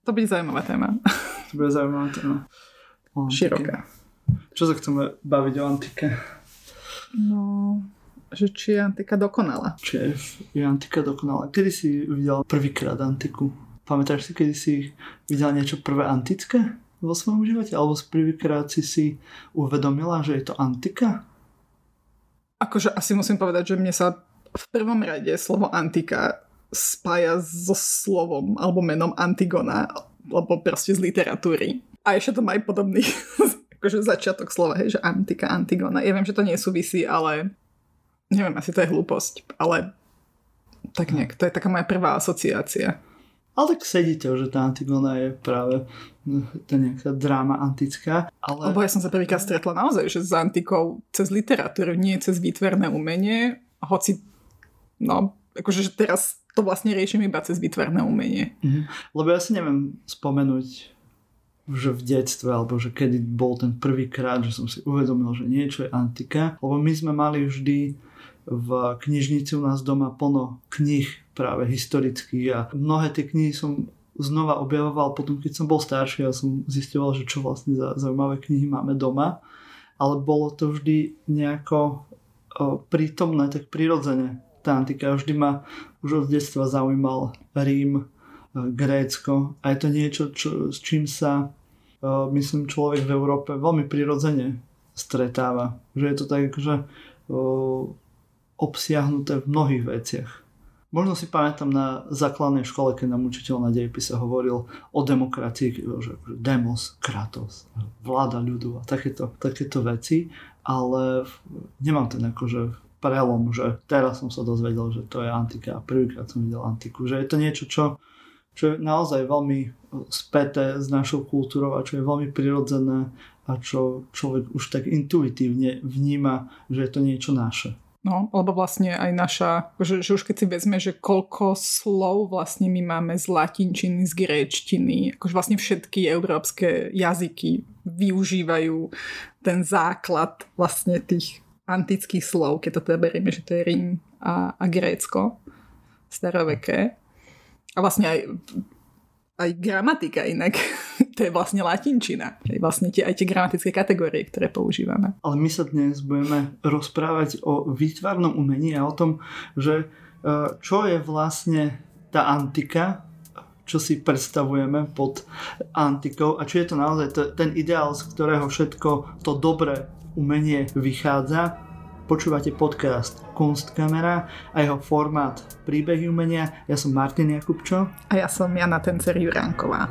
To bude zaujímavá téma. To bude zaujímavá téma. Široká. Čo sa chceme baviť o antike? No, že či je antika dokonalá. Či je antika dokonalá. Kedy si videla prvýkrát antiku? Pamätáš si, kedy si videla niečo prvé antické vo svojom živote? Alebo prvýkrát si uvedomila, že je to antika? Akože asi musím povedať, že mne sa v prvom rade slovo antika spája so slovom alebo menom Antigona, lebo proste z literatúry. A ešte to má aj podobný akože začiatok slova, hej, že antika, Antigona. Ja viem, že to nesúvisí, ale neviem, asi to je hlúposť, ale tak nejak, to je taká moja prvá asociácia. Ale tak sedí to, že tá Antigona je práve tá nejaká dráma antická. Ale... Lebo ja som sa prvýkrát stretla naozaj, že s antikou cez literatúru, nie cez výtvarné umenie, hoci, no, akože teraz to vlastne riešim iba cez výtvarné umenie. Lebo ja si neviem spomenúť, že v detstve, alebo že kedy bol ten prvýkrát, že som si uvedomil, že niečo je antika. Lebo my sme mali vždy v knižnici u nás doma plno kníh práve historických a mnohé tie knihy som znova objavoval potom, keď som bol starší a som zisťoval, že čo vlastne za zaujímavé knihy máme doma. Ale bolo to vždy nejako prítomné, tak prirodzene tá antika. Vždy ma už od detstva zaujímal Rím, Grécko a je to niečo, s čím sa myslím človek v Európe veľmi prirodzene stretáva. Že je to tak akože obsiahnuté v mnohých veciach. Možno si pamätám na základnej škole, keď nám učiteľ na dejepise hovoril o demokracii, že demos, kratos, vláda ľudu a takéto veci, ale nemám ten akože prelom, že teraz som sa dozvedel, že to je antika a prvýkrát som videl antiku. Že je to niečo, čo je naozaj veľmi späté s našou kultúrou a čo je veľmi prirodzené a čo človek už tak intuitívne vníma, že je to niečo naše. No, lebo vlastne aj naša, že už keď si vezme, že koľko slov vlastne my máme z latinčiny, z gréčtiny, akože vlastne všetky európske jazyky využívajú ten základ vlastne tých antických slov, keď to teda berieme, že to je Rím a Grécko staroveké. A vlastne aj gramatika inak, to je vlastne latinčina. Vlastne aj tie gramatické kategórie, ktoré používame. Ale my sa dnes budeme rozprávať o výtvarnom umení a o tom, že čo je vlastne tá antika, čo si predstavujeme pod antikou a či je to naozaj ten ideál, z ktorého všetko to dobré umenie vychádza. Počúvate podcast Kunstkamera a jeho formát Príbehy umenia. Ja som Martin Jakubčo. A ja som Jana Tencer-Juránková.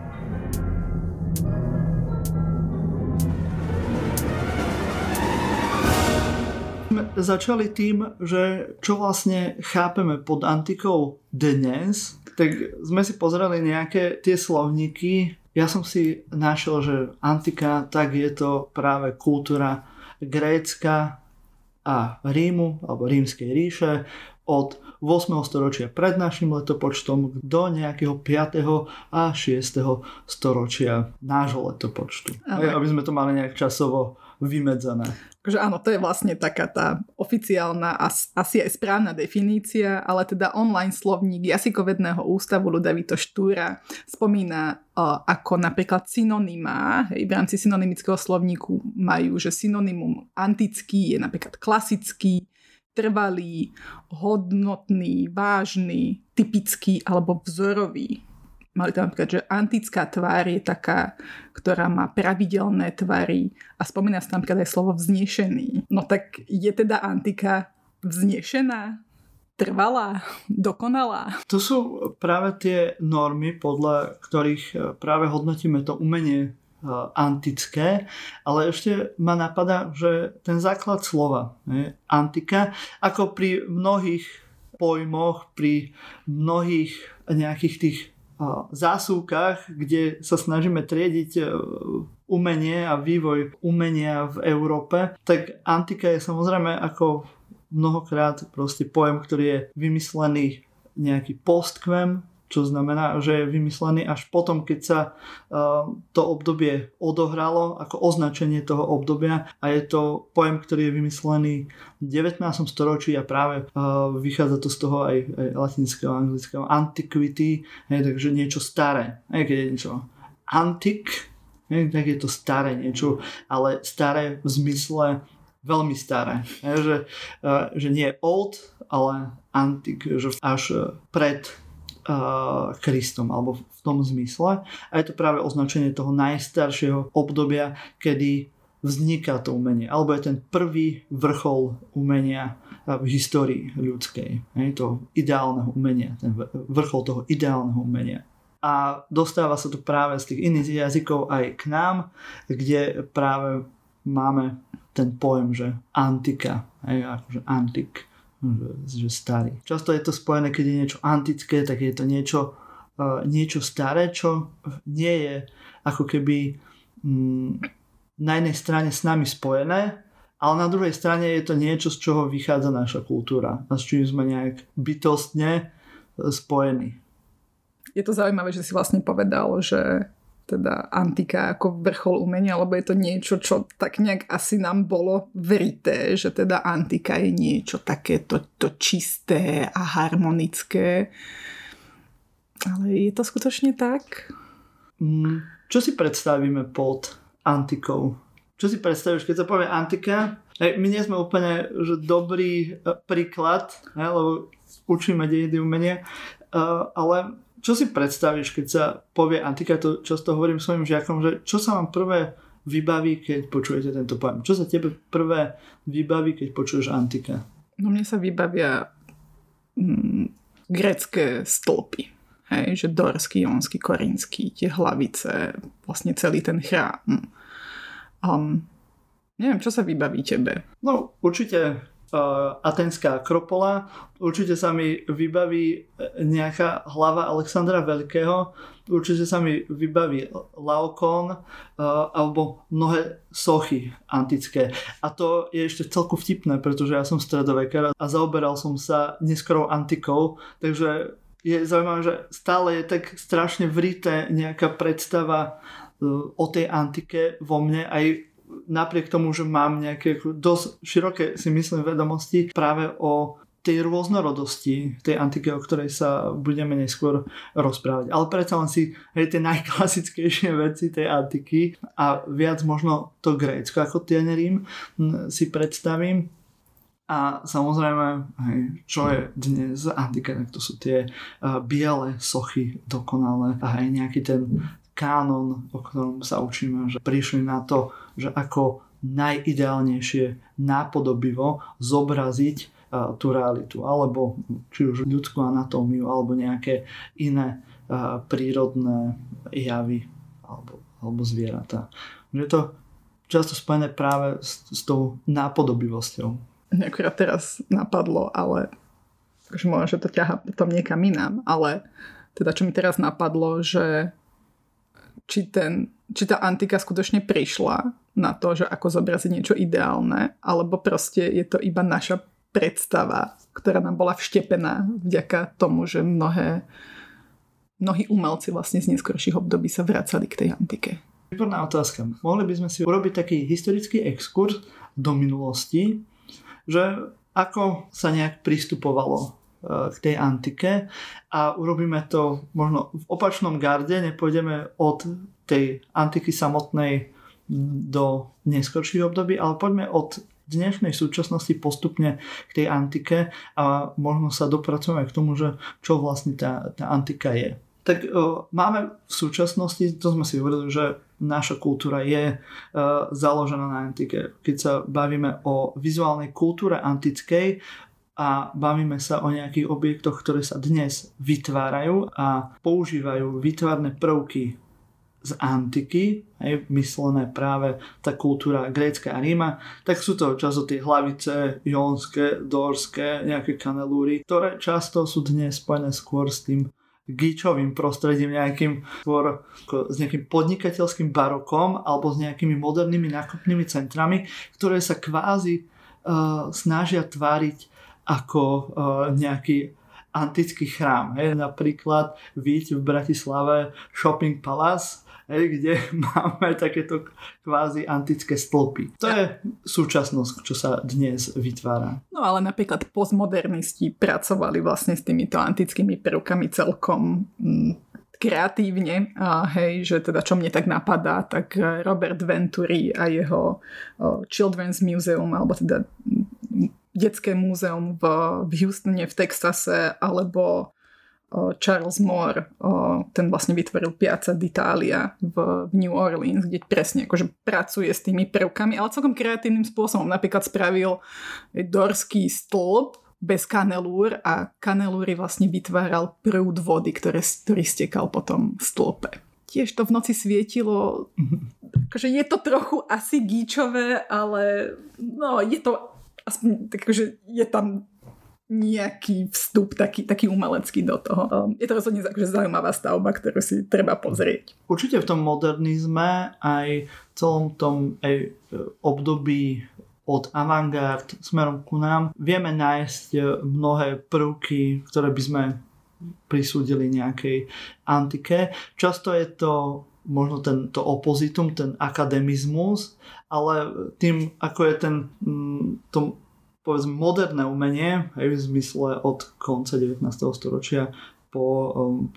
Začali tým, že čo vlastne chápeme pod antikou dnes, tak sme si pozreli nejaké tie slovníky. Ja som si našiel, že antika, tak je to práve kultúra Grécka a Rímu, alebo Rímskej ríše od 8. storočia pred našim letopočtom do nejakého 5. a 6. storočia nášho letopočtu. Aby sme to mali nejak časovo vymedzené. Takže áno, to je vlastne taká tá oficiálna a asi aj správna definícia, ale teda online slovník Jazykovedného ústavu Ľudovita Štúra spomína ako napríklad synonymá. V rámci synonymického slovníku majú, že synonymum antický je napríklad klasický, trvalý, hodnotný, vážny, typický alebo vzorový. Mali tam napríklad, že antická tvár je taká, ktorá má pravidelné tvary a spomína sa tam napríklad aj slovo vznešený. No tak je teda antika vznešená, trvalá, dokonalá? To sú práve tie normy, podľa ktorých práve hodnotíme to umenie antické, ale ešte ma napadá, že ten základ slova, antika, ako pri mnohých pojmoch, pri mnohých nejakých tých zásuvkách, kde sa snažíme triediť umenie a vývoj umenia v Európe, tak antika je samozrejme ako mnohokrát proste pojem, ktorý je vymyslený nejaký postkvem čo znamená, že je vymyslený až potom, keď sa to obdobie odohralo, ako označenie toho obdobia, a je to pojem, ktorý je vymyslený v 19. storočí a práve vychádza to z toho aj latinského, anglického antiquity, takže niečo staré. Keď je niečo antik, tak je to staré niečo, ale staré v zmysle veľmi staré. Že nie old, ale antik, že až pred Kristom, alebo v tom zmysle. A je to práve označenie toho najstaršieho obdobia, kedy vzniká to umenie. Alebo je ten prvý vrchol umenia v histórii ľudskej. Je to ideálneho umenia. Ten vrchol toho ideálneho umenia. A dostáva sa to práve z tých iných jazykov aj k nám, kde práve máme ten pojem, že antika. Akože antik. Že starý. Často je to spojené, keď je niečo antické, tak je to niečo staré, čo nie je ako keby na jednej strane s nami spojené, ale na druhej strane je to niečo, z čoho vychádza naša kultúra a s čím sme nejak bytostne spojení. Je to zaujímavé, že si vlastne povedal, že teda antika ako vrchol umenia, lebo je to niečo, čo tak nejak asi nám bolo verité, že teda antika je niečo také to čisté a harmonické. Ale je to skutočne tak? Čo si predstavíme pod antikou? Čo si predstavíš, keď sa povie antika? My nie sme úplne že dobrý príklad, lebo učíme dejiny umenia, ale čo si predstavíš, keď sa povie antika? To často hovorím svojim žiakom, že čo sa vám prvé vybaví, keď počujete tento pojem? Čo sa tebe prvé vybaví, keď počuješ antika? No mne sa vybavia grécke stĺpy. Hej, že dorský, jonský, korinský, tie hlavice, vlastne celý ten chrám. Neviem, čo sa vybaví tebe? No určite Atenská Akropola. Určite sa mi vybaví nejaká hlava Alexandra Veľkého. Určite sa mi vybaví Laokon alebo mnohé sochy antické. A to je ešte celku vtipné, pretože ja som stredovekár a zaoberal som sa neskorou antikou, takže je zaujímavé, že stále je tak strašne vrité nejaká predstava o tej antike vo mne, aj napriek tomu, že mám nejaké dosť široké, si myslím, vedomosti práve o tej rôznorodosti tej antike, o ktorej sa budeme neskôr rozprávať. Ale predsa len si tie najklasickejšie veci tej antiky a viac možno to Grécko ako ten Rím si predstavím. A samozrejme, čo je dnes antika, tak to sú tie biele sochy dokonalé a aj nejaký ten kánon, o ktorom sa učíme, že prišli na to, že ako najideálnejšie nápodobivo zobraziť tú realitu, alebo či už ľudskú anatómiu, alebo nejaké iné prírodné javy alebo zvieratá. Je to často spojené práve s tou nápodobivosťou. Akurát teraz napadlo, ale že možno, že to ťaha potom niekam inám, ale teda čo mi teraz napadlo, že či tá antika skutočne prišla na to, že ako zobraziť niečo ideálne, alebo proste je to iba naša predstava, ktorá nám bola vštepená vďaka tomu, že mnohí umelci vlastne z neskorších období sa vracali k tej antike. Výborná otázka. Mohli by sme si urobiť taký historický exkurs do minulosti, že ako sa nejak pristupovalo k tej antike a urobíme to možno v opačnom garde, nepôjdeme od tej antiky samotnej do neskorších období, ale poďme od dnešnej súčasnosti postupne k tej antike a možno sa dopracujeme k tomu, že čo vlastne tá antika je. Tak máme v súčasnosti, to sme si hovorili, že naša kultúra je založená na antike. Keď sa bavíme o vizuálnej kultúre antickej a bavíme sa o nejakých objektoch, ktoré sa dnes vytvárajú a používajú výtvarné prvky z antiky, myslené práve tá kultúra Grécka a Ríma, tak sú to často tie hlavice jonské, dorské, nejaké kanelúry, ktoré často sú dnes spojené skôr s tým gíčovým prostredím, skôr s nejakým podnikateľským barokom alebo s nejakými modernými nákupnými centrami, ktoré sa kvázi snažia tváriť ako nejaký antický chrám. Napríklad vidíte v Bratislave Shopping Palace, kde máme takéto kvázi antické stĺpy. To je súčasnosť, čo sa dnes vytvára. No ale napríklad postmodernisti pracovali vlastne s týmito antickými prvkami celkom kreatívne. Že teda čo mne tak napadá, tak Robert Venturi a jeho Children's Museum, alebo teda detské múzeum v Houstone v Texase, alebo Charles Moore, ten vlastne vytvoril Piazza d'Italia v New Orleans, kde presne akože pracuje s tými prvkami, ale celkom kreatívnym spôsobom. Napríklad spravil dorský stĺp bez kanelúr a kanelúry vlastne vytváral prúd vody, ktorý stekal po tom stĺpe. Tiež to v noci svietilo, akože je to trochu asi gíčové, ale no je to aspoň tak, akože je tam nejaký vstup taký umelecký do toho. Je to rozhodne akože zaujímavá stavba, ktorú si treba pozrieť. Určite v tom modernizme aj v celom tom období od avantgard smerom ku nám vieme nájsť mnohé prvky, ktoré by sme prisúdili nejakej antike. Často je to možno to opozitum, ten akademizmus, ale tým, ako je to povedzme moderné umenie, aj v zmysle od konca 19. storočia po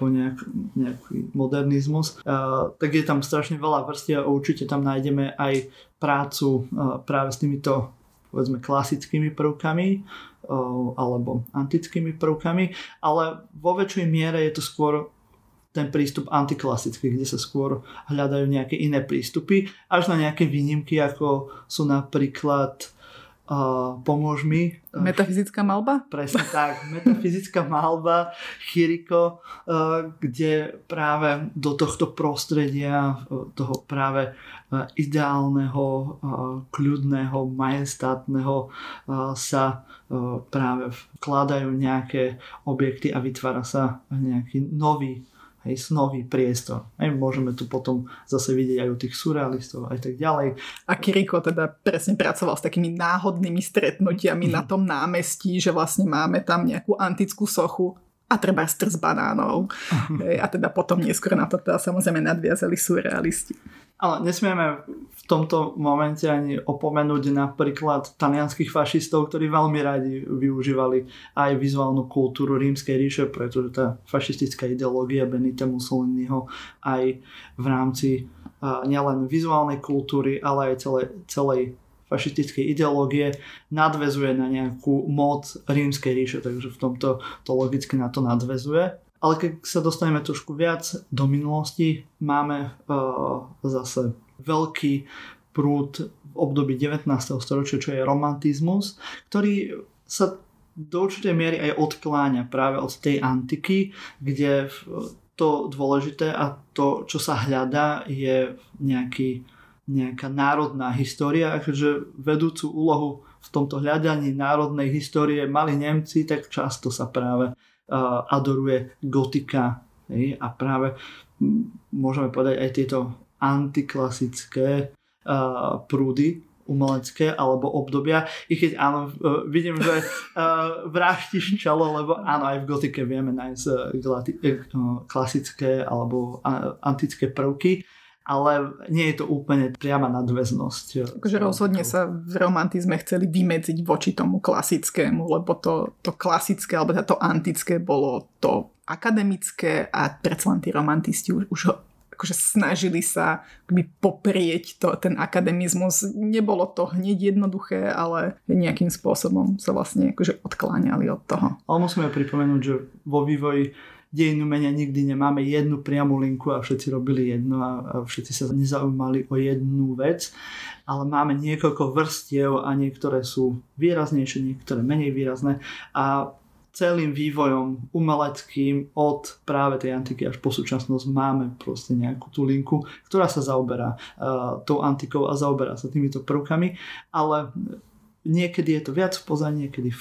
nejaký modernizmus, tak je tam strašne veľa vrstiev a určite tam nájdeme aj prácu práve s týmito povedzme klasickými prvkami alebo antickými prvkami, ale vo väčšej miere je to skôr ten prístup antiklasický, kde sa skôr hľadajú nejaké iné prístupy, až na nejaké výnimky, ako sú napríklad pomôž mi. Metafyzická maľba? Presne tak. Metafyzická maľba, Chiriko, kde práve do tohto prostredia, toho práve ideálneho, kľudného, majestátneho sa práve vkladajú nejaké objekty a vytvára sa nejaký nový snový priestor. Môžeme tu potom zase vidieť aj u tých surrealistov aj tak ďalej. A Chiriko teda presne pracoval s takými náhodnými stretnutiami na tom námestí, že vlastne máme tam nejakú antickú sochu a treba strz banánov. A teda potom neskôr na to teda samozrejme nadviazali surrealisti. Ale nesmieme v tomto momente ani opomenúť napríklad talianskych fašistov, ktorí veľmi radi využívali aj vizuálnu kultúru Rímskej ríše, pretože tá fašistická ideológia Benita Mussoliniho aj v rámci nielen vizuálnej kultúry, ale aj celej fašistickej ideológie nadväzuje na nejakú moc Rímskej ríše, takže v tomto to logicky na to nadväzuje. Ale keď sa dostaneme trošku viac do minulosti, máme zase veľký prúd v období 19. storočia, čo je romantizmus, ktorý sa do určitej miery aj odkláňa práve od tej antiky, kde to dôležité a to, čo sa hľadá, je nejaká národná história, keďže vedúcu úlohu v tomto hľadaní národnej histórie mali Nemci, tak často sa práve adoruje gotika. A práve môžeme povedať aj tieto antiklasické prúdy umelecké alebo obdobia. I keď áno, vidím, že vráštiš čelo, lebo áno, aj v gotike vieme nájsť klasické alebo antické prvky, ale nie je to úplne priama nadväznosť. Takže rozhodne sa v romantizme chceli vymedziť voči tomu klasickému, lebo to klasické alebo to antické bolo to akademické a predsa len tí romantisti už akože snažili sa poprieť ten akademizmus. Nebolo to hneď jednoduché, ale nejakým spôsobom sa vlastne akože odkláňali od toho. Ale musíme pripomenúť, že vo vývoji dejín umenia nikdy nemáme jednu priamu linku a všetci robili jedno a všetci sa nezaujímali o jednu vec, ale máme niekoľko vrstiev a niektoré sú výraznejšie, niektoré menej výrazné a celým vývojom umeleckým od práve tej antiky až po súčasnosť máme proste nejakú tú linku, ktorá sa zaoberá tou antikou a zaoberá sa týmito prvkami, ale niekedy je to viac v pozadí, niekedy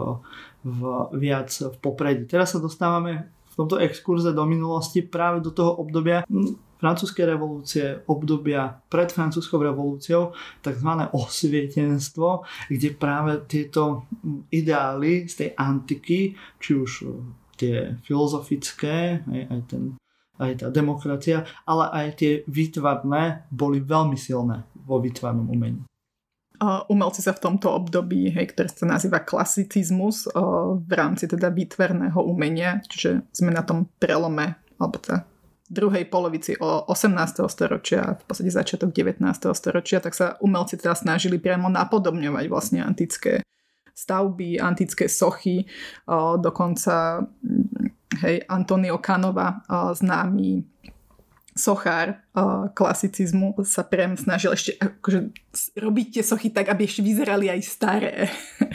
viac v popredí. Teraz sa dostávame v tomto exkurze do minulosti práve do toho obdobia francúzskej revolúcie, obdobia pred francúzskou revolúciou, takzvané osvietenstvo, kde práve tieto ideály z tej antiky, či už tie filozofické, aj tá demokracia, ale aj tie výtvarné boli veľmi silné vo výtvarnom umení. Umelci sa v tomto období, ktoré sa nazýva klasicizmus, v rámci teda výtvarného umenia, čiže sme na tom prelome, alebo teda druhej polovici 18. storočia, v podstate začiatok 19. storočia, tak sa umelci teda snažili priamo napodobňovať vlastne antické stavby, antické sochy, dokonca Antonio Canova, známy sochár klasicizmu, sa priam snažil ešte akože robiť tie sochy tak, aby ešte vyzerali aj staré.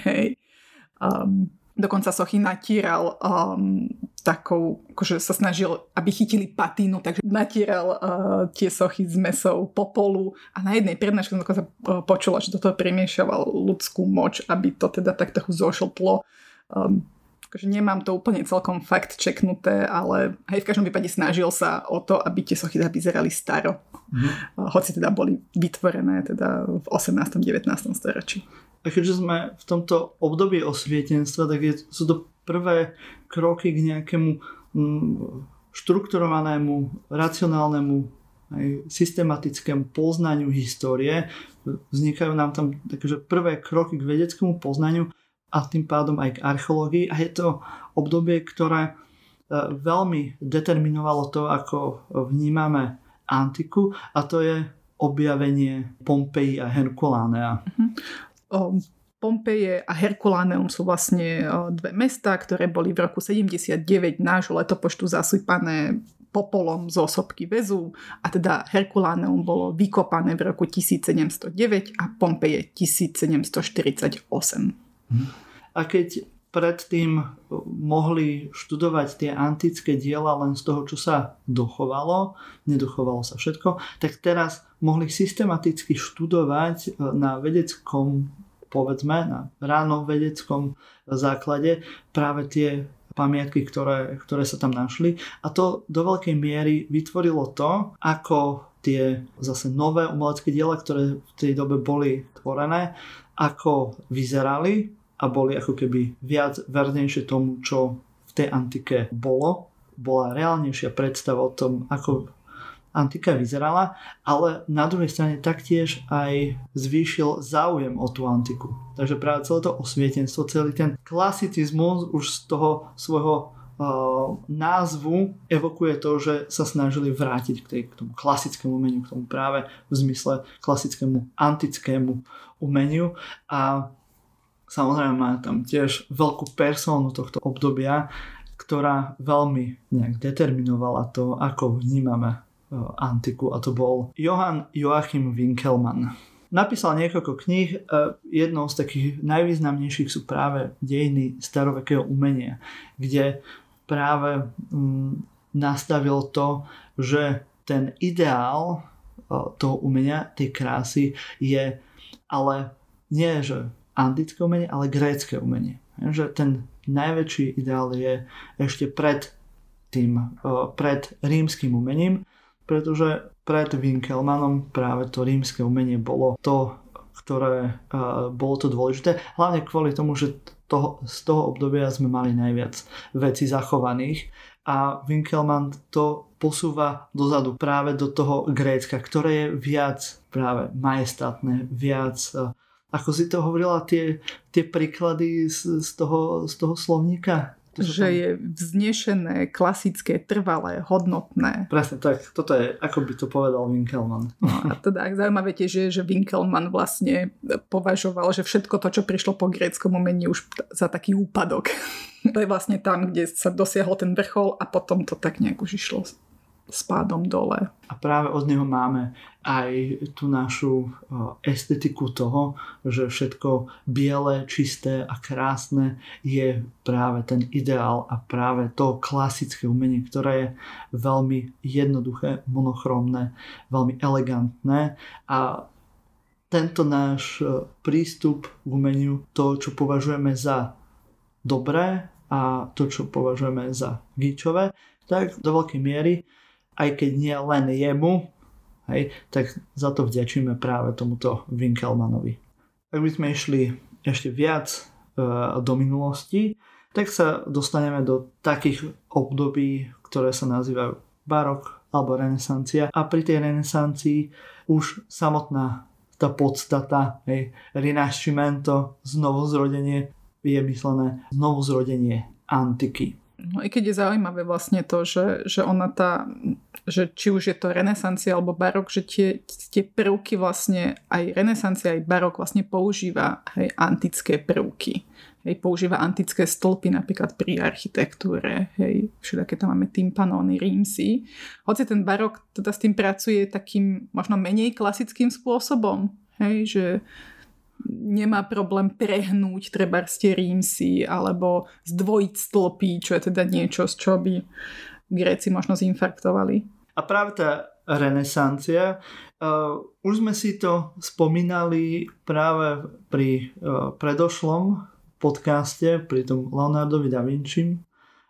Dokonca sochy natíral takou, akože sa snažil, aby chytili patínu, takže natieral tie sochy s mesou popolu a na jednej prednáške som dokonca počula, že do toho premiešaval ľudskú moč, aby to teda tak trochu zošlplo. Takže nemám to úplne celkom fakt čeknuté, ale v každom prípade snažil sa o to, aby tie sochy vyzerali staro. Hoci teda boli vytvorené teda v 18. 19. storočí. A keďže sme v tomto období osvietenstva, tak sú to prvé kroky k nejakému štrukturovanému, racionálnemu, aj systematickému poznaniu histórie. Vznikajú nám tam takže prvé kroky k vedeckému poznaniu a tým pádom aj k archeológii. A je to obdobie, ktoré veľmi determinovalo to, ako vnímame antiku, a to je objavenie Pompeji a Herkulánea. Pompeje a Herkuláneum sú vlastne dve mestá, ktoré boli v roku 79 nášho letopočtu zasypané popolom z osobky Vezu, a teda Herkuláneum bolo vykopané v roku 1709 a Pompeje 1748. A keď predtým mohli študovať tie antické diela len z toho, čo sa dochovalo, nedochovalo sa všetko, tak teraz mohli systematicky študovať na vedeckom, povedzme, na ráno vedeckom základe práve tie pamiatky, ktoré sa tam našli. A to do veľkej miery vytvorilo to, ako tie zase nové umelecké diela, ktoré v tej dobe boli tvorené, ako vyzerali a boli ako keby viac vernejšie tomu, čo v tej antike bolo. Bola reálnejšia predstava o tom, ako antika vyzerala, ale na druhej strane taktiež aj zvýšil záujem o tú antiku. Takže práve celé to osvietenstvo, celý ten klasicizmus už z toho svojho názvu evokuje to, že sa snažili vrátiť k tomu klasickému umeniu, k tomu práve v zmysle klasickému antickému umeniu. A samozrejme má tam tiež veľkú persónu tohto obdobia, ktorá veľmi nejak determinovala to, ako vnímame antiku, a to bol Johann Joachim Winckelmann. Napísal niekoľko kníh, jednou z takých najvýznamnejších sú práve dejiny starovekého umenia, kde práve nastavil to, že ten ideál toho umenia, tej krásy je ale nie, že antické umenie, ale grécke umenie. Že ten najväčší ideál je ešte pred rímskym umením, pretože pred Winckelmannom práve to rímske umenie bolo to, ktoré bolo to dôležité. Hlavne kvôli tomu, že z toho obdobia sme mali najviac vecí zachovaných a Winckelmann to posúva dozadu práve do toho Grécka, ktoré je viac práve majestátne, viac, ako si to hovorila, tie príklady z toho slovníka. Že je vznešené, klasické, trvalé, hodnotné. Presne tak, toto je, ako by to povedal Winckelmann. No, a teda zaujímavé tiež je, že Winckelmann vlastne považoval, že všetko to, čo prišlo po gréckom umení, už za taký úpadok. To je vlastne tam, kde sa dosiahol ten vrchol a potom to tak nejak už išlo spádom dole. A práve od neho máme aj tú našu estetiku toho, že všetko biele, čisté a krásne je práve ten ideál a práve to klasické umenie, ktoré je veľmi jednoduché, monochromné, veľmi elegantné. A tento náš prístup k umeniu, to, čo považujeme za dobré a to, čo považujeme za gíčové, tak do veľkej miery, aj keď nie len jemu, tak za to vďačíme práve tomuto Winckelmannovi. Ak by sme išli ešte viac do minulosti, tak sa dostaneme do takých období, ktoré sa nazývajú barok alebo renesancia. A pri tej renesancii už samotná tá podstata, Rinascimento, znovuzrodenie, je myslené znovuzrodenie antiky. No i keď je zaujímavé vlastne to, že ona že či už je to renesancia alebo barok, že tie prvky vlastne aj renesancia, aj barok vlastne používa antické prvky. Používa antické stĺpy napríklad pri architektúre. Všelijaké tam máme tympanóny, rímsy. Hoci ten barok teda s tým pracuje takým možno menej klasickým spôsobom. Že nemá problém prehnúť trebárs tie rímsy alebo zdvojiť stĺpy, čo je teda niečo, z čo by Gréci možno zinfarktovali. A práve tá renesancia, už sme si to spomínali práve pri predošlom podcaste, pri tom Leonardovi da Vinci,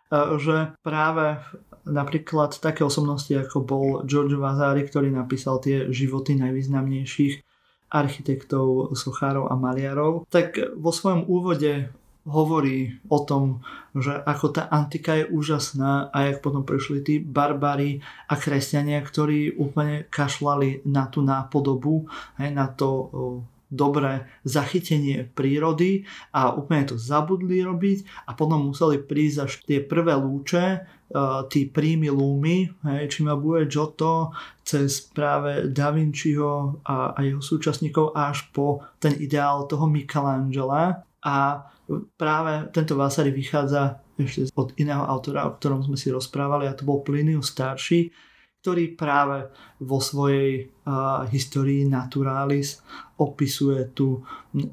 že práve napríklad také osobnosti, ako bol Giorgio Vasari, ktorý napísal tie životy najvýznamnejších architektov, sochárov a maliarov, tak vo svojom úvode hovorí o tom, že ako tá antika je úžasná a jak potom prišli tí barbári a kresťania, ktorí úplne kašľali na tú nápodobu, na to dobré zachytenie prírody a úplne to zabudli robiť a potom museli prísť až tie prvé lúče, tí primi lumi, Cimabue, Giotto, cez práve Da Vinciho a jeho súčasníkov až po ten ideál toho Michelangela. A práve tento Vasari vychádza ešte od iného autora, o ktorom sme si rozprávali, a to bol Plinius starší, ktorý práve vo svojej histórii Naturalis opisuje to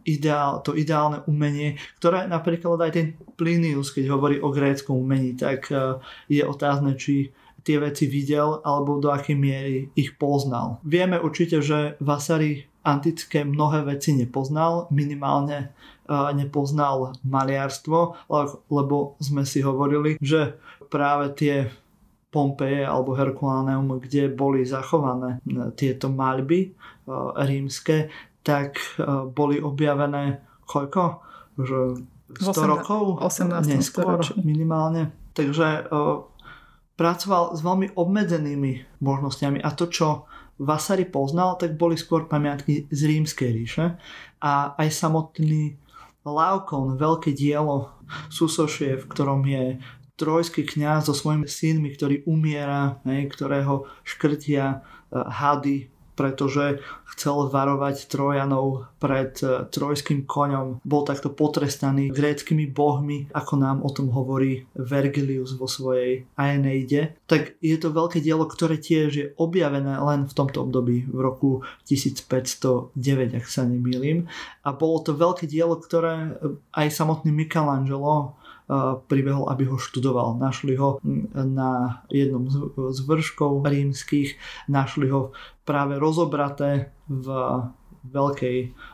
ideálne umenie, ktoré napríklad aj ten Plinius, keď hovorí o gréckom umení, tak je otázne, či tie veci videl alebo do akej miery ich poznal. Vieme určite, že Vasari antické mnohé veci nepoznal, minimálne nepoznal maliarstvo, lebo sme si hovorili, že práve tie Pompeje alebo Herkuláneum, kde boli zachované tieto maľby rímske, tak boli objavené koľko? Že 100 rokov? 18. Neskôr minimálne. Takže pracoval s veľmi obmedzenými možnosťami a to, čo Vasari poznal, tak boli skôr pamiatky z Rímskej ríše a aj samotný Laokon, veľké dielo Súsošie, v ktorom je trojský kňaz so svojimi synmi, ktorý umiera, ktorého škrtia hady, pretože chcel varovať Trojanov pred trojským koňom. Bol takto potrestaný gréckymi bohmi, ako nám o tom hovorí Vergilius vo svojej Aeneide. Tak je to veľké dielo, ktoré tiež je objavené len v tomto období, v roku 1509, ak sa nemýlim. A bolo to veľké dielo, ktoré aj samotný Michelangelo pribehol, aby ho študoval. Našli ho na jednom z vrškov rímskych, našli ho práve rozobraté v veľkej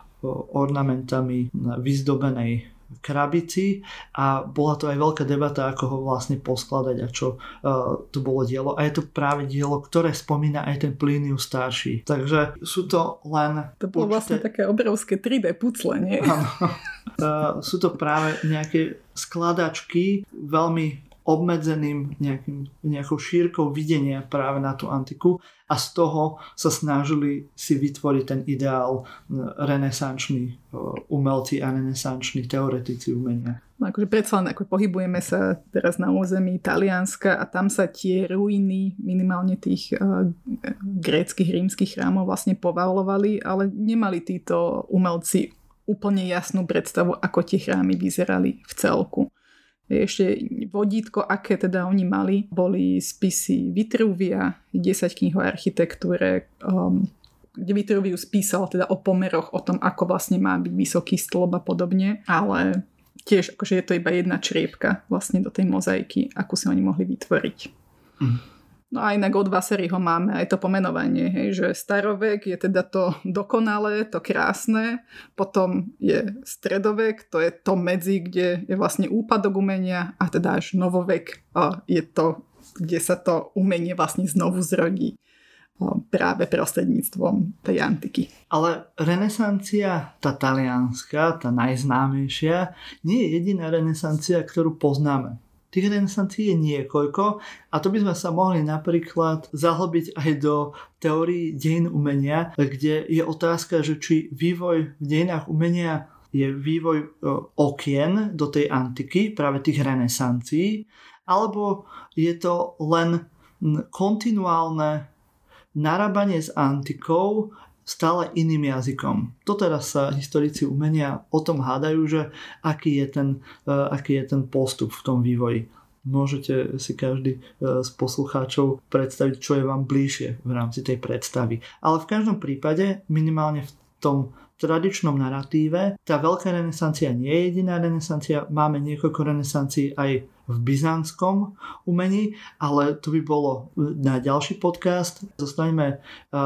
ornamentami vyzdobenej krabici a bola to aj veľká debata, ako ho vlastne poskladať a čo to bolo dielo. A je to práve dielo, ktoré spomína aj ten Plinius starší. Takže sú to len... To bolo vlastne také obrovské 3D pucle, nie? Áno. Sú to práve nejaké skladačky veľmi obmedzeným nejakou šírkou videnia práve na tú antiku a z toho sa snažili si vytvoriť ten ideál renesanční umelci a renesanční teoretici umenia. No akože predsa len ako pohybujeme sa teraz na území Talianska a tam sa tie ruiny minimálne tých gréckych, rímskych chrámov vlastne povalovali, ale nemali títo umelci úplne jasnú predstavu, ako tie chrámy vyzerali v celku. Ešte vodítko, aké teda oni mali, boli spisy Vitruvia, 10 kníh o architektúre, kde Vitruvius písal teda o pomeroch, o tom, ako vlastne má byť vysoký stĺp a podobne, ale tiež akože je to iba jedna čriepka vlastne do tej mozaiky, akú si oni mohli vytvoriť. No a inak od Vasariho máme aj to pomenovanie, že starovek je teda to dokonalé, to krásne, potom je stredovek, to je to medzi, kde je vlastne úpadok umenia a teda až novovek je to, kde sa to umenie vlastne znovu zrodí. práve prostredníctvom tej antiky. Ale renesancia, tá talianska, tá najznámejšia, nie je jediná renesancia, ktorú poznáme. Tých renesancií je niekoľko a to by sme sa mohli napríklad zahlbiť aj do teórií dejín umenia, kde je otázka, že či vývoj v dejinách umenia je vývoj okien do tej antiky, práve tých renesancií, alebo je to len kontinuálne narábanie s antikou stále iným jazykom. Doteraz sa historici umenia o tom hádajú, že aký je ten postup v tom vývoji. Môžete si každý z poslucháčov predstaviť, čo je vám bližšie v rámci tej predstavy. Ale v každom prípade, minimálne v tom tradičnom naratíve, tá veľká renesancia nie je jediná renesancia. Máme niekoľko renesancií aj v byzantskom umení, ale to by bolo na ďalší podcast. Zostaňme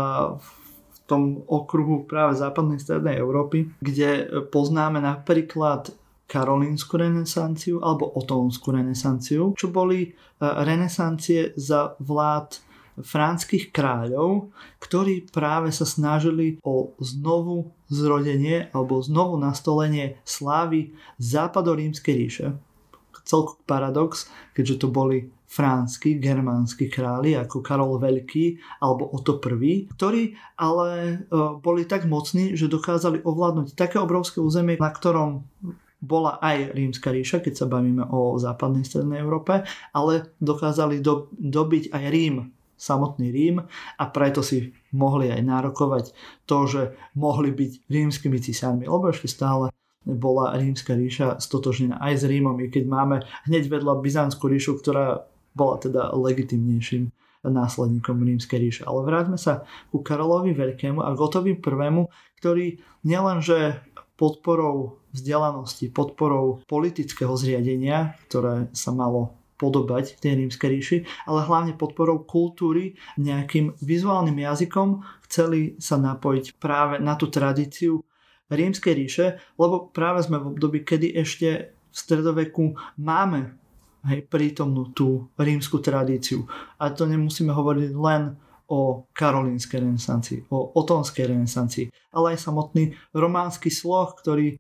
v tom okruhu práve západnej strednej Európy, kde poznáme napríklad karolínsku renesanciu alebo otónsku renesanciu, čo boli renesancie za vlád franských kráľov, ktorí práve sa snažili o znovu zrodenie alebo znovu nastolenie slávy západorímskej ríše. Celkom paradox, keďže to boli franskí, germánsky králi ako Karol Veľký alebo Otto I, ktorí ale boli tak mocní, že dokázali ovládnuť také obrovské územie, na ktorom bola aj rímska ríša, keď sa bavíme o západnej strednej Európe, ale dokázali dobiť aj Rím, samotný Rím, a preto si mohli aj nárokovať to, že mohli byť rímskymi cisármi, lebo ešte stále bola rímska ríša stotožnená aj s Rímom, i keď máme hneď vedľa Byzantskú ríšu, ktorá bola teda legitimnejším následníkom rímskej ríše. Ale vráťme sa ku Karolovi Veľkému a Otovi I, ktorý nielenže podporou vzdelanosti, podporou politického zriadenia, ktoré sa malo podobať tej rímskej ríši, ale hlavne podporou kultúry, nejakým vizuálnym jazykom chceli sa napojiť práve na tú tradíciu rímskej ríše, lebo práve sme v období, kedy ešte v stredoveku máme prítomnú tú rímsku tradíciu. A to nemusíme hovoriť len o karolínskej renesancii, o otónskej renesancii, ale aj samotný románsky sloh, ktorý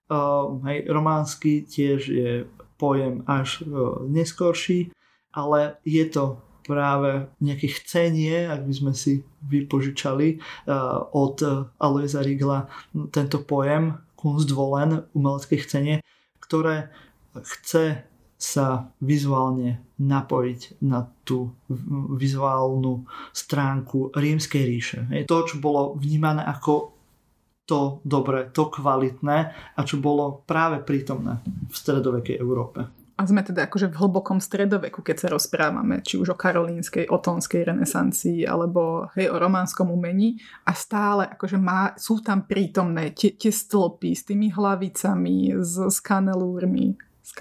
románsky tiež je pojem až neskorší, ale je to práve nejaké chcenie, ak by sme si vypožičali od Aloisa Riegla tento pojem Kunstwollen, umelecké chcenie, ktoré chce sa vizuálne napojiť na tú vizuálnu stránku rímskej ríše. To, čo bolo vnímané ako to dobré, to kvalitné a čo bolo práve prítomné v stredovekej Európe. A sme teda akože v hlbokom stredoveku, keď sa rozprávame, či už o karolínskej, otónskej renesancii, alebo o románskom umení, a stále akože sú tam prítomné tie stĺpy s tými hlavicami, s kanelúrami.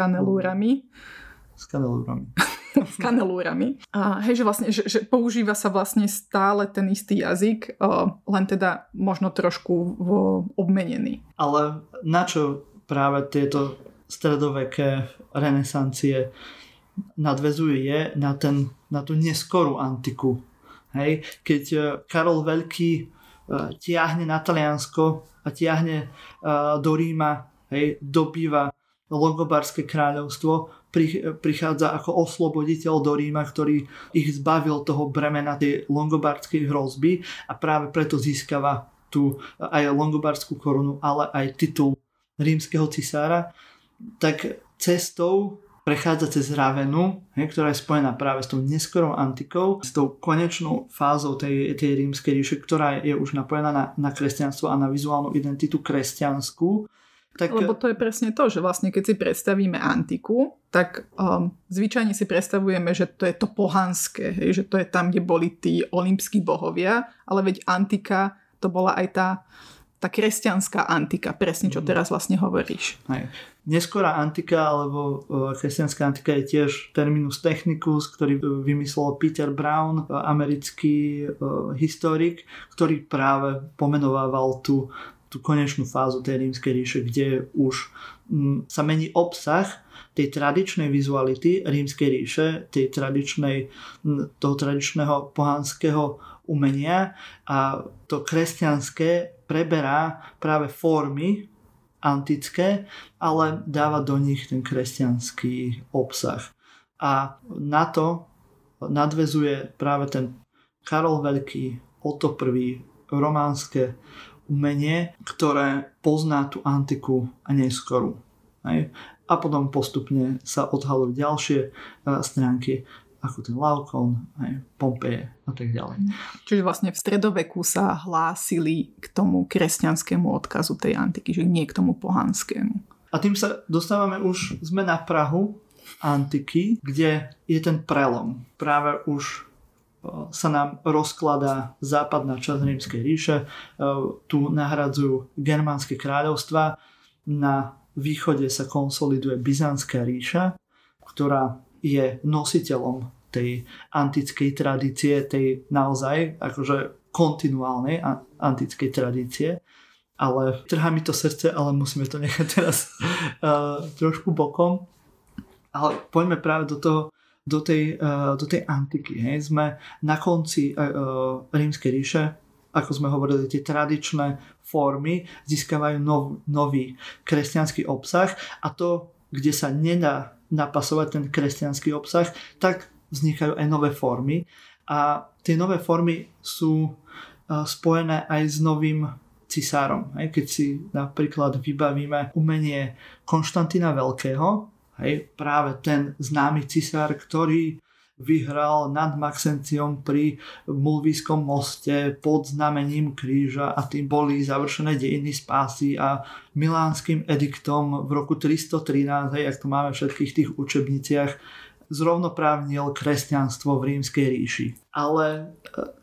A hej, že vlastne, že používa sa vlastne stále ten istý jazyk, len teda možno trošku obmenený. Ale na čo práve tieto stredoveké renesancie nadväzujú je na tú neskorú antiku. Hej? Keď Karol Veľký tiahne na Taliansko a tiahne do Ríma, hej, dobýva Longobardské kráľovstvo, prichádza ako osloboditeľ do Ríma, ktorý ich zbavil toho bremena tej longobardskej hrozby a práve preto získava tú aj longobardskú korunu, ale aj titul rímskeho cisára, tak cestou prechádza cez Ravenu, ktorá je spojená práve s tou neskorou antikou, s tou konečnou fázou tej rímskej ríše, ktorá je už napojená na kresťanstvo a na vizuálnu identitu kresťanskú. Tak... Lebo to je presne to, že vlastne keď si predstavíme antiku, tak zvyčajne si predstavujeme, že to je to pohanské, že to je tam, kde boli tí olympskí bohovia, ale veď antika, to bola aj tá kresťanská antika, presne čo teraz vlastne hovoríš. Hej. Neskorá antika alebo kresťanská antika je tiež terminus technicus, ktorý vymyslel Peter Brown, americký historik, ktorý práve pomenovával tú konečnú fázu tej rímskej ríše, kde už sa mení obsah tej tradičnej vizuality rímskej ríše, toho tradičného pohanského umenia a to kresťanské preberá práve formy antické, ale dáva do nich ten kresťanský obsah. A na to nadväzuje práve ten Karol Veľký, Otto I, románske umenie, ktoré pozná tú antiku a neskorú. A potom postupne sa odhalujú ďalšie stránky, ako ten Laokon, Pompeje a tak ďalej. Čiže vlastne v stredoveku sa hlásili k tomu kresťanskému odkazu tej antiky, že nie k tomu pohanskému. A tým sa dostávame sme na prahu antiky, kde je ten prelom. Práve už sa nám rozkladá západná časť Rímskej ríše, tu nahradzujú germánske kráľovstvá, na východe sa konsoliduje Byzantská ríša, ktorá je nositeľom tej antickej tradície, tej naozaj akože kontinuálnej antickej tradície. Ale trhá mi to srdce, ale musíme to nechať teraz trošku bokom. Ale poďme práve do tej antiky. Sme na konci Rímskej ríše, ako sme hovorili, tie tradičné formy získavajú nový kresťanský obsah a to, kde sa nedá napasovať ten kresťanský obsah, tak vznikajú aj nové formy a tie nové formy sú spojené aj s novým cisárom. Keď si napríklad vybavíme umenie Konštantína Veľkého, práve ten známy cisár, ktorý vyhral nad Maxenciom pri Mulvískom moste pod znamením kríža a tým boli završené dejiny spásy a Milánskym ediktom v roku 313, jak to máme v všetkých tých učebniciach, zrovnoprávnil kresťanstvo v Rímskej ríši. Ale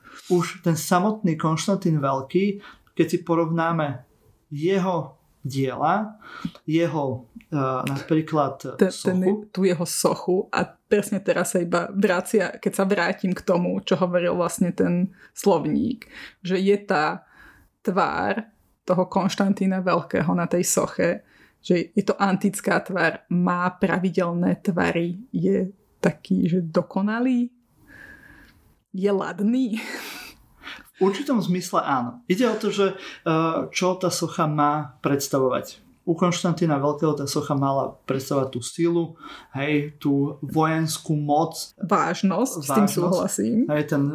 už ten samotný Konštantín Veľký, keď si porovnáme jeho diela, jeho napríklad sochu. Tu jeho sochu a presne teraz sa iba vracia, keď sa vrátim k tomu, čo hovoril vlastne ten slovník, že je tá tvár toho Konštantína Veľkého na tej soche, že je to antická tvár, má pravidelné tvary, je taký, že dokonalý, je ladný. V určitom zmysle áno. Ide o to, že čo tá socha má predstavovať. U Konštantína Veľkého tá socha mala predstavovať tú silu, tú vojenskú moc. Vážnosť, s tým súhlasím. Ten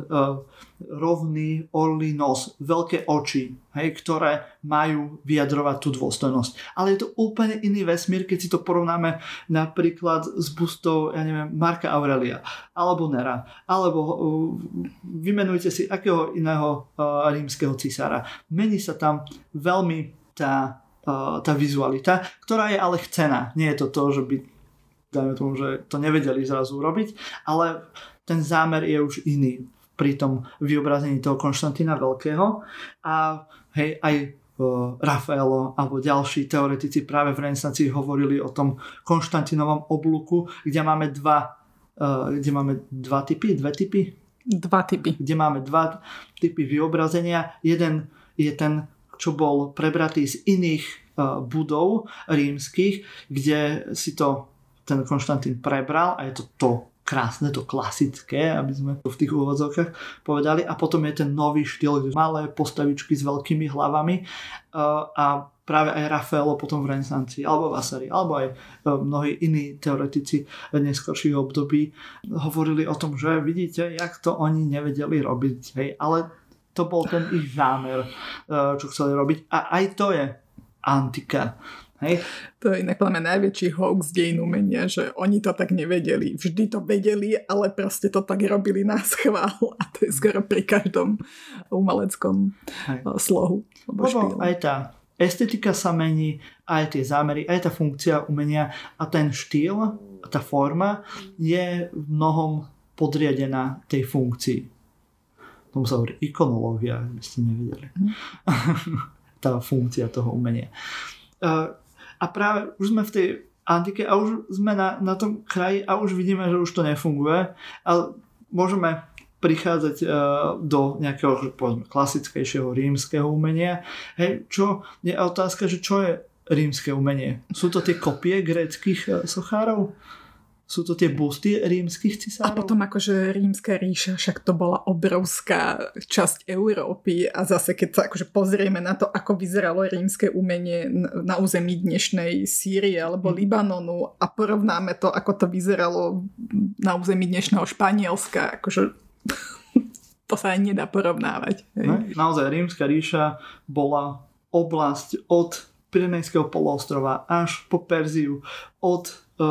rovný orlí nos, veľké oči, ktoré majú vyjadrovať tú dôstojnosť. Ale je to úplne iný vesmír, keď si to porovnáme napríklad s bustou, Marka Aurelia, alebo Nera, alebo vymenujte si akého iného rímskeho cisára. Mení sa tam veľmi tá vizualita, ktorá je ale chcená. Nie je to, že by, dajme tomu, že to nevedeli zrazu urobiť, ale ten zámer je už iný pri tom vyobrazení toho Konštantína Veľkého a aj Rafaelo alebo ďalší teoretici práve v renesancii hovorili o tom Konštantínovom oblúku, kde máme dve typy, kde máme dva typy vyobrazenia. Jeden je ten, čo bol prebratý z iných budov rímskych, kde si to ten Konštantín prebral a je to krásne, to klasické, aby sme to v tých úvodzovkách povedali. A potom je ten nový štýl, kde malé postavičky s veľkými hlavami a práve aj Rafaelo potom v renesancii, alebo Vasari, alebo aj mnohí iní teoretici neskorších období hovorili o tom, že vidíte, jak to oni nevedeli robiť, ale to bol ten ich zámer, čo chceli robiť. A aj to je antika. To je inak najväčší hoax dejín umenia, že oni to tak nevedeli. Vždy to vedeli, ale proste to tak robili na schvál. A to je skoro pri každom umeleckom slohu. Lebo aj tá estetika sa mení, aj tie zámery, aj tá funkcia umenia a ten štýl, tá forma je v mnohom podriadená tej funkcii. Tomu sa hovorí ikonológia, by ste nevedeli. Tá funkcia toho umenia. A práve už sme v tej antike a už sme na tom kraji a už vidíme, že už to nefunguje. Ale môžeme prichádzať do nejakého, povedzme, klasickejšieho rímskeho umenia. Čo je otázka, že čo je rímske umenie? Sú to tie kopie gréckych sochárov? Sú to tie busty rímskych cisárov? A potom akože rímska ríša, však to bola obrovská časť Európy a zase keď sa akože pozrieme na to, ako vyzeralo rímske umenie na území dnešnej Sýrie alebo Libanonu a porovnáme to, ako to vyzeralo na území dnešného Španielska, akože to sa aj nedá porovnávať. Hej. Naozaj rímska ríša bola oblasť od Pyrenejského poloostrova až po Perziu, od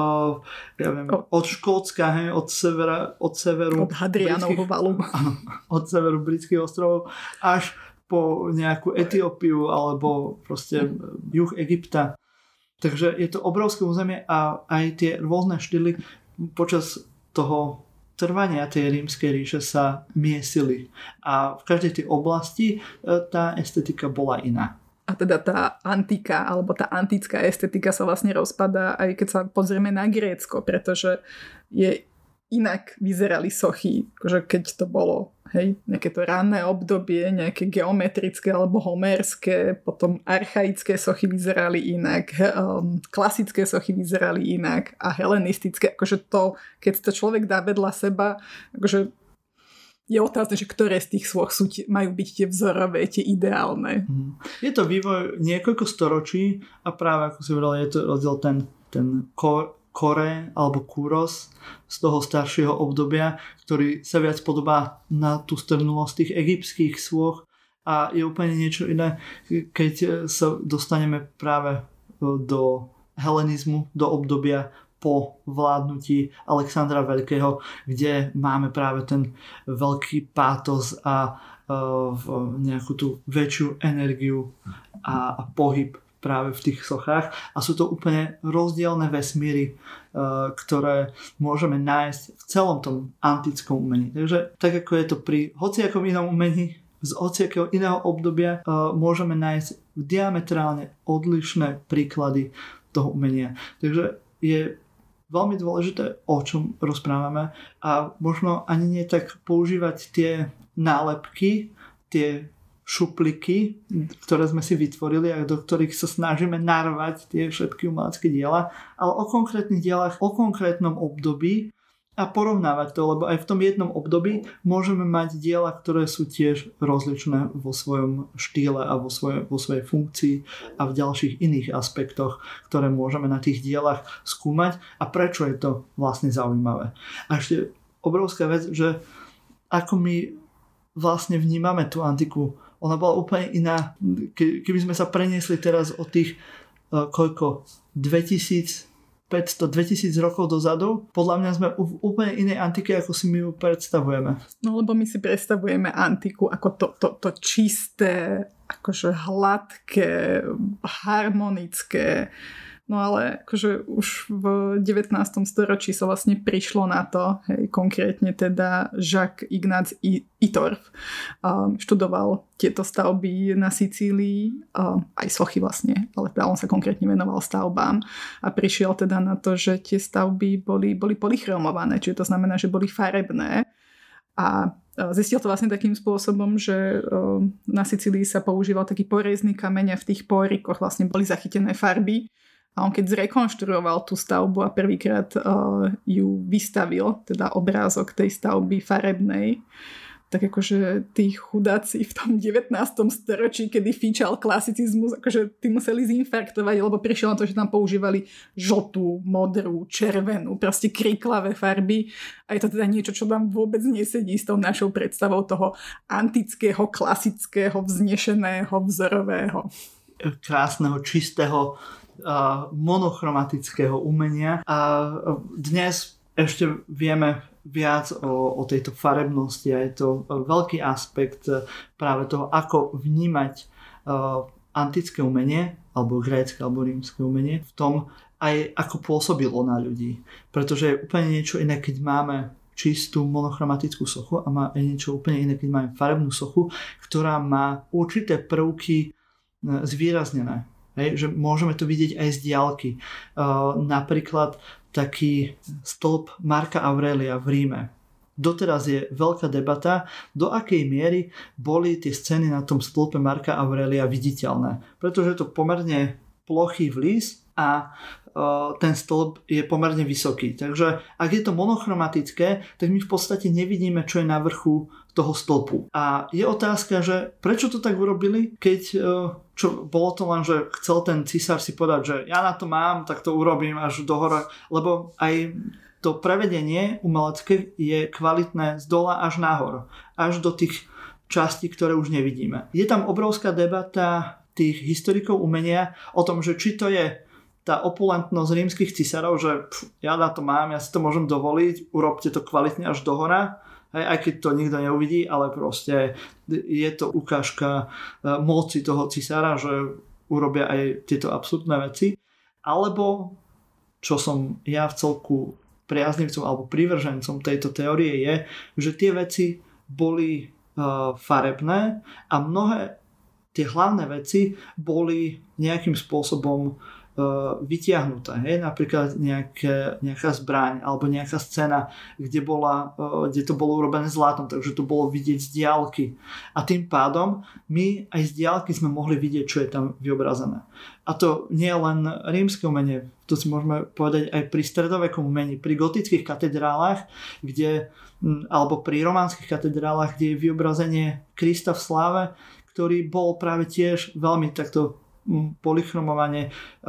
Škótska, od severu od Hadrianovho valu. Od severu britských ostrovov až po nejakú Etiópiu alebo proste juh Egypta. Takže je to obrovské územie a aj tie rôzne štýly počas toho trvania tej rímskej ríše sa miesili. A v každej tej oblasti tá estetika bola iná. A teda tá antika, alebo tá antická estetika sa vlastne rozpadá, aj keď sa pozrieme na Grécko, pretože inak vyzerali sochy, akože keď to bolo, hej, nejaké to ranné obdobie, nejaké geometrické alebo homérske, potom archaické sochy vyzerali inak, klasické sochy vyzerali inak a helenistické, akože to, keď to človek dá vedľa seba, akože je otázne, že ktoré z tých svoch majú byť tie vzorové, tie ideálne. Je to vývoj niekoľko storočí a práve ako si hovoril, je to rozdiel ten kore alebo kúros z toho staršieho obdobia, ktorý sa viac podobá na tú strnulosť tých egyptských svoch a je úplne niečo iné, keď sa dostaneme práve do helenizmu, do obdobia po vládnutí Alexandra Veľkého, kde máme práve ten veľký pátos a nejakú tú väčšiu energiu a pohyb práve v tých sochách. A sú to úplne rozdielne vesmíry, ktoré môžeme nájsť v celom tom antickom umení. Takže tak ako je to pri hociakom inom umení, z hociakého iného obdobia môžeme nájsť diametrálne odlišné príklady toho umenia. Takže je veľmi dôležité, o čom rozprávame a možno ani nie tak používať tie nálepky, tie šupliky, ktoré sme si vytvorili a do ktorých sa snažíme narvať tie všetky umelecké diela, ale o konkrétnych dielach, o konkrétnom období a porovnávať to, lebo aj v tom jednom období môžeme mať diela, ktoré sú tiež rozličné vo svojom štýle a vo svojej funkcii a v ďalších iných aspektoch, ktoré môžeme na tých dielach skúmať a prečo je to vlastne zaujímavé. A ešte obrovská vec, že ako my vlastne vnímame tú antiku, ona bola úplne iná. Keby sme sa preniesli teraz od tých 2000 rokov dozadu, podľa mňa sme v úplne inej antike, ako si my ju predstavujeme. No lebo my si predstavujeme antiku ako to čisté, akože hladké, harmonické. No ale akože už v 19. storočí sa vlastne prišlo na to, hej, konkrétne teda Jacques Ignaz Ittorf študoval tieto stavby na Sicílii, aj sochy vlastne, ale teda on sa konkrétne venoval stavbám a prišiel teda na to, že tie stavby boli polychromované, čiže to znamená, že boli farebné a zistil to vlastne takým spôsobom, že na Sicílii sa používal taký porezný kameň a v tých pórikoch vlastne boli zachytené farby. A on keď zrekonštruoval tú stavbu a prvýkrát ju vystavil, teda obrázok tej stavby farebnej, tak akože tí chudáci v tom 19. storočí, kedy fíčal klasicizmus, akože tí museli zinfarktovať, lebo prišiel na to, že tam používali žltú, modrú, červenú, proste kriklavé farby. A je to teda niečo, čo tam vôbec nesedí s tou našou predstavou toho antického, klasického, vznešeného, vzorového. Krásneho, čistého, monochromatického umenia. A dnes ešte vieme viac o tejto farebnosti a je to veľký aspekt práve toho, ako vnímať antické umenie, alebo grécke, alebo rímske umenie, v tom aj ako pôsobilo na ľudí. Pretože je úplne niečo iné, keď máme čistú monochromatickú sochu a má aj niečo úplne iné, keď máme farebnú sochu, ktorá má určité prvky zvýraznené. Hej, že môžeme to vidieť aj z diaľky. Napríklad taký stĺp Marka Aurelia v Ríme. Doteraz je veľká debata, do akej miery boli tie scény na tom stĺpe Marka Aurelia viditeľné. Pretože je to pomerne plochý vlys a ten stĺp je pomerne vysoký. Takže ak je to monochromatické, tak my v podstate nevidíme, čo je na vrchu toho stĺpu. A je otázka, že prečo to tak urobili, keď čo bolo to len, že chcel ten cisár si povedať, že ja na to mám, tak to urobím až do hora, lebo aj to prevedenie umelecké je kvalitné z dola až nahor, až do tých častí, ktoré už nevidíme. Je tam obrovská debata tých historikov umenia o tom, že či to je tá opulentnosť rímskych cisárov, že ja na to mám, ja si to môžem dovoliť, urobte to kvalitne až do hora, aj keď to nikto neuvidí, ale proste je to ukážka moci toho cisára, že urobia aj tieto absurdné veci. Alebo, čo som ja v celku priaznivcom alebo prívržencom tejto teórie je, že tie veci boli farebné a mnohé tie hlavné veci boli nejakým spôsobom vytiahnuté. Hej? Napríklad nejaká zbraň alebo nejaká scéna, kde to bolo urobené zlatom, takže to bolo vidieť z diaľky. A tým pádom my aj z diaľky sme mohli vidieť, čo je tam vyobrazené. A to nie je len rímske umenie, to si môžeme povedať aj pri stredovekom umení, pri gotických katedrálach, alebo pri románskych katedrálach, kde je vyobrazenie Krista v sláve, ktorý bol práve tiež veľmi takto polychromovane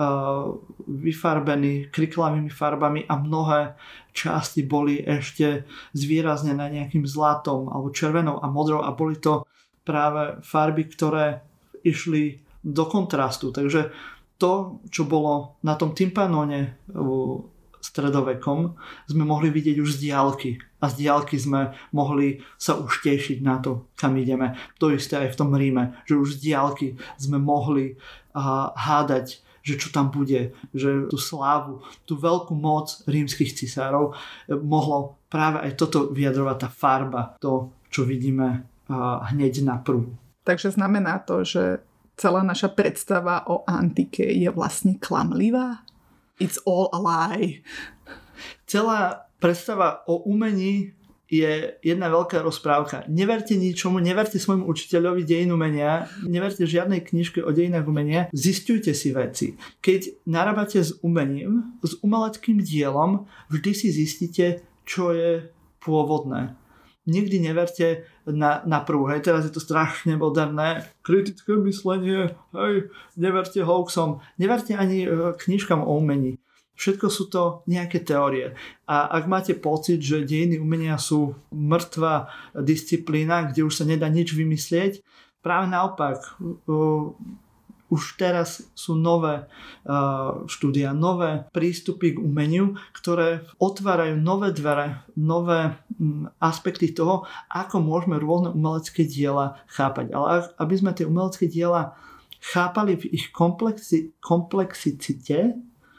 vyfarbený kriklavými farbami a mnohé časti boli ešte zvýraznené nejakým zlatom alebo červenou a modrou a boli to práve farby, ktoré išli do kontrastu. Takže to, čo bolo na tom tympanóne stredovekom, sme mohli vidieť už z diaľky. A z diaľky sme mohli sa už tešiť na to, kam ideme. To isté aj v tom Ríme, že už z diaľky sme mohli hádať, že čo tam bude, že tú slávu, tú veľkú moc rímskych cisárov mohlo práve aj toto vyjadrovať tá farba, to, čo vidíme hneď na prvú. Takže znamená to, že celá naša predstava o antike je vlastne klamlivá? It's all a lie. Celá predstava o umení je jedna veľká rozprávka. Neverte ničomu, neverte svojmu učiteľovi dejín umenia, neverte žiadnej knižke o dejinách umenia, zisťujte si veci. Keď narábate s umením, s umeleckým dielom, vždy si zistíte, čo je pôvodné. Nikdy neverte na prvú. Hej, teraz je to strašne moderné. Kritické myslenie, hej, neverte hoaxom. Neverte ani knižkám o umení. Všetko sú to nejaké teórie. A ak máte pocit, že dejiny umenia sú mŕtva disciplína, kde už sa nedá nič vymyslieť, práve naopak, už teraz sú nové štúdia, nové prístupy k umeniu, ktoré otvárajú nové dvere, nové aspekty toho, ako môžeme rôzne umelecké diela chápať. Ale aby sme tie umelecké diela chápali v ich komplexicite,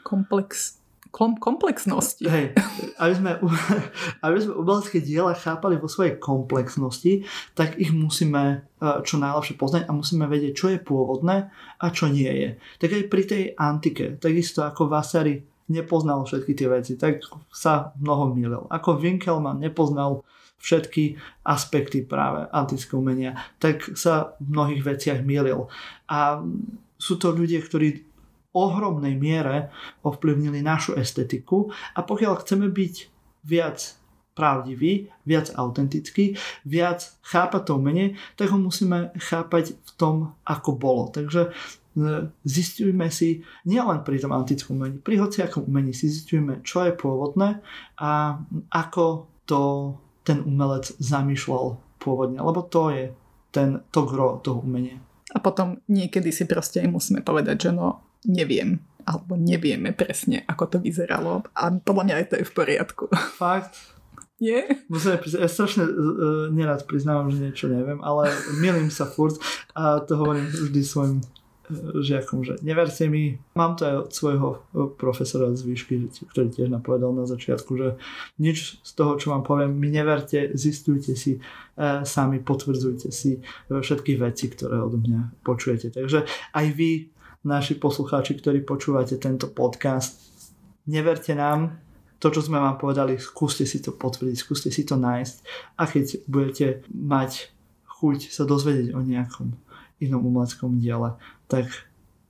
komplexnosti. Hej, aby sme umelecké diela chápali vo svojej komplexnosti, tak ich musíme čo najlepšie poznať a musíme vedieť, čo je pôvodné a čo nie je. Tak aj pri tej antike, takisto ako Vasari nepoznal všetky tie veci, tak sa mnoho mýlil. Ako Winkelmann nepoznal všetky aspekty práve antického umenia, tak sa v mnohých veciach mýlil. A sú to ľudia, ktorí ohromnej miere ovplyvnili našu estetiku a pokiaľ chceme byť viac pravdivý, viac autentický, viac chápať to umenie, tak ho musíme chápať v tom, ako bolo. Takže zistujme si, nielen pri tom antickom umení, pri hociakom umení si zistujme, čo je pôvodné a ako to ten umelec zamýšľal pôvodne, lebo to je to gro toho umenia. A potom niekedy si proste aj musíme povedať, že neviem, alebo nevieme presne, ako to vyzeralo. A podľa mňa aj to je v poriadku. Fakt? Nie? Musíme ja strašne nerad priznávam, že niečo neviem, ale milím sa furt a to hovorím vždy svojim žiakom, že neverte mi. Mám to aj od svojho profesora z výšky, ktorý tiež napovedal na začiatku, že nič z toho, čo vám poviem, mi neverte, zistujte si sami, potvrdzujte si všetky veci, ktoré odo mňa počujete. Takže aj vy, naši poslucháči, ktorí počúvate tento podcast, neverte nám, to, čo sme vám povedali, skúste si to potvrdiť, skúste si to nájsť a keď budete mať chuť sa dozvedieť o nejakom inom umeleckom diele, tak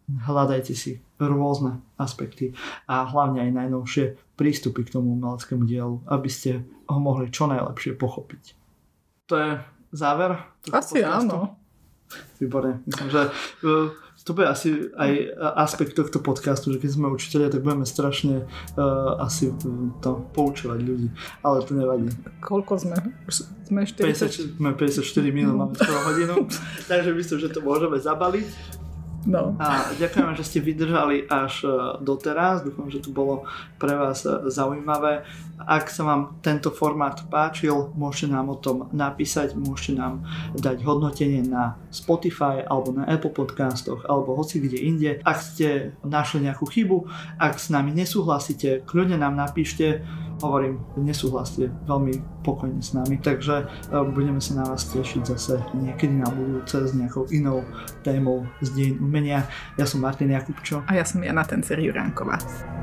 hľadajte si rôzne aspekty a hlavne aj najnovšie prístupy k tomu umeleckému dielu, aby ste ho mohli čo najlepšie pochopiť. To je záver? Asi áno. Výborne. Myslím, že to bude asi aj aspekt tohto podcastu, že keď sme učitelia, tak budeme strašne asi to poučovať ľudí. Ale to nevadí. Koľko sme? Sme 40? Sme 54 minút, máme skoro hodinu. Takže myslím, že to môžeme zabaliť. No. A ďakujem, že ste vydržali až doteraz. Dúfam, že to bolo pre vás zaujímavé. Ak sa vám tento formát páčil, môžete nám o tom napísať, môžete nám dať hodnotenie na Spotify alebo na Apple podcastoch alebo hoci kde inde. Ak ste našli nejakú chybu, ak s nami nesúhlasíte, kľudne nám napíšte. Hovorím, nesúhlaste veľmi pokojne s nami, takže budeme sa na vás tešiť zase niekedy na budúce s nejakou inou témou z dejín umenia. Ja som Martin Jakubčo. A ja som Jana Tencer Juránková.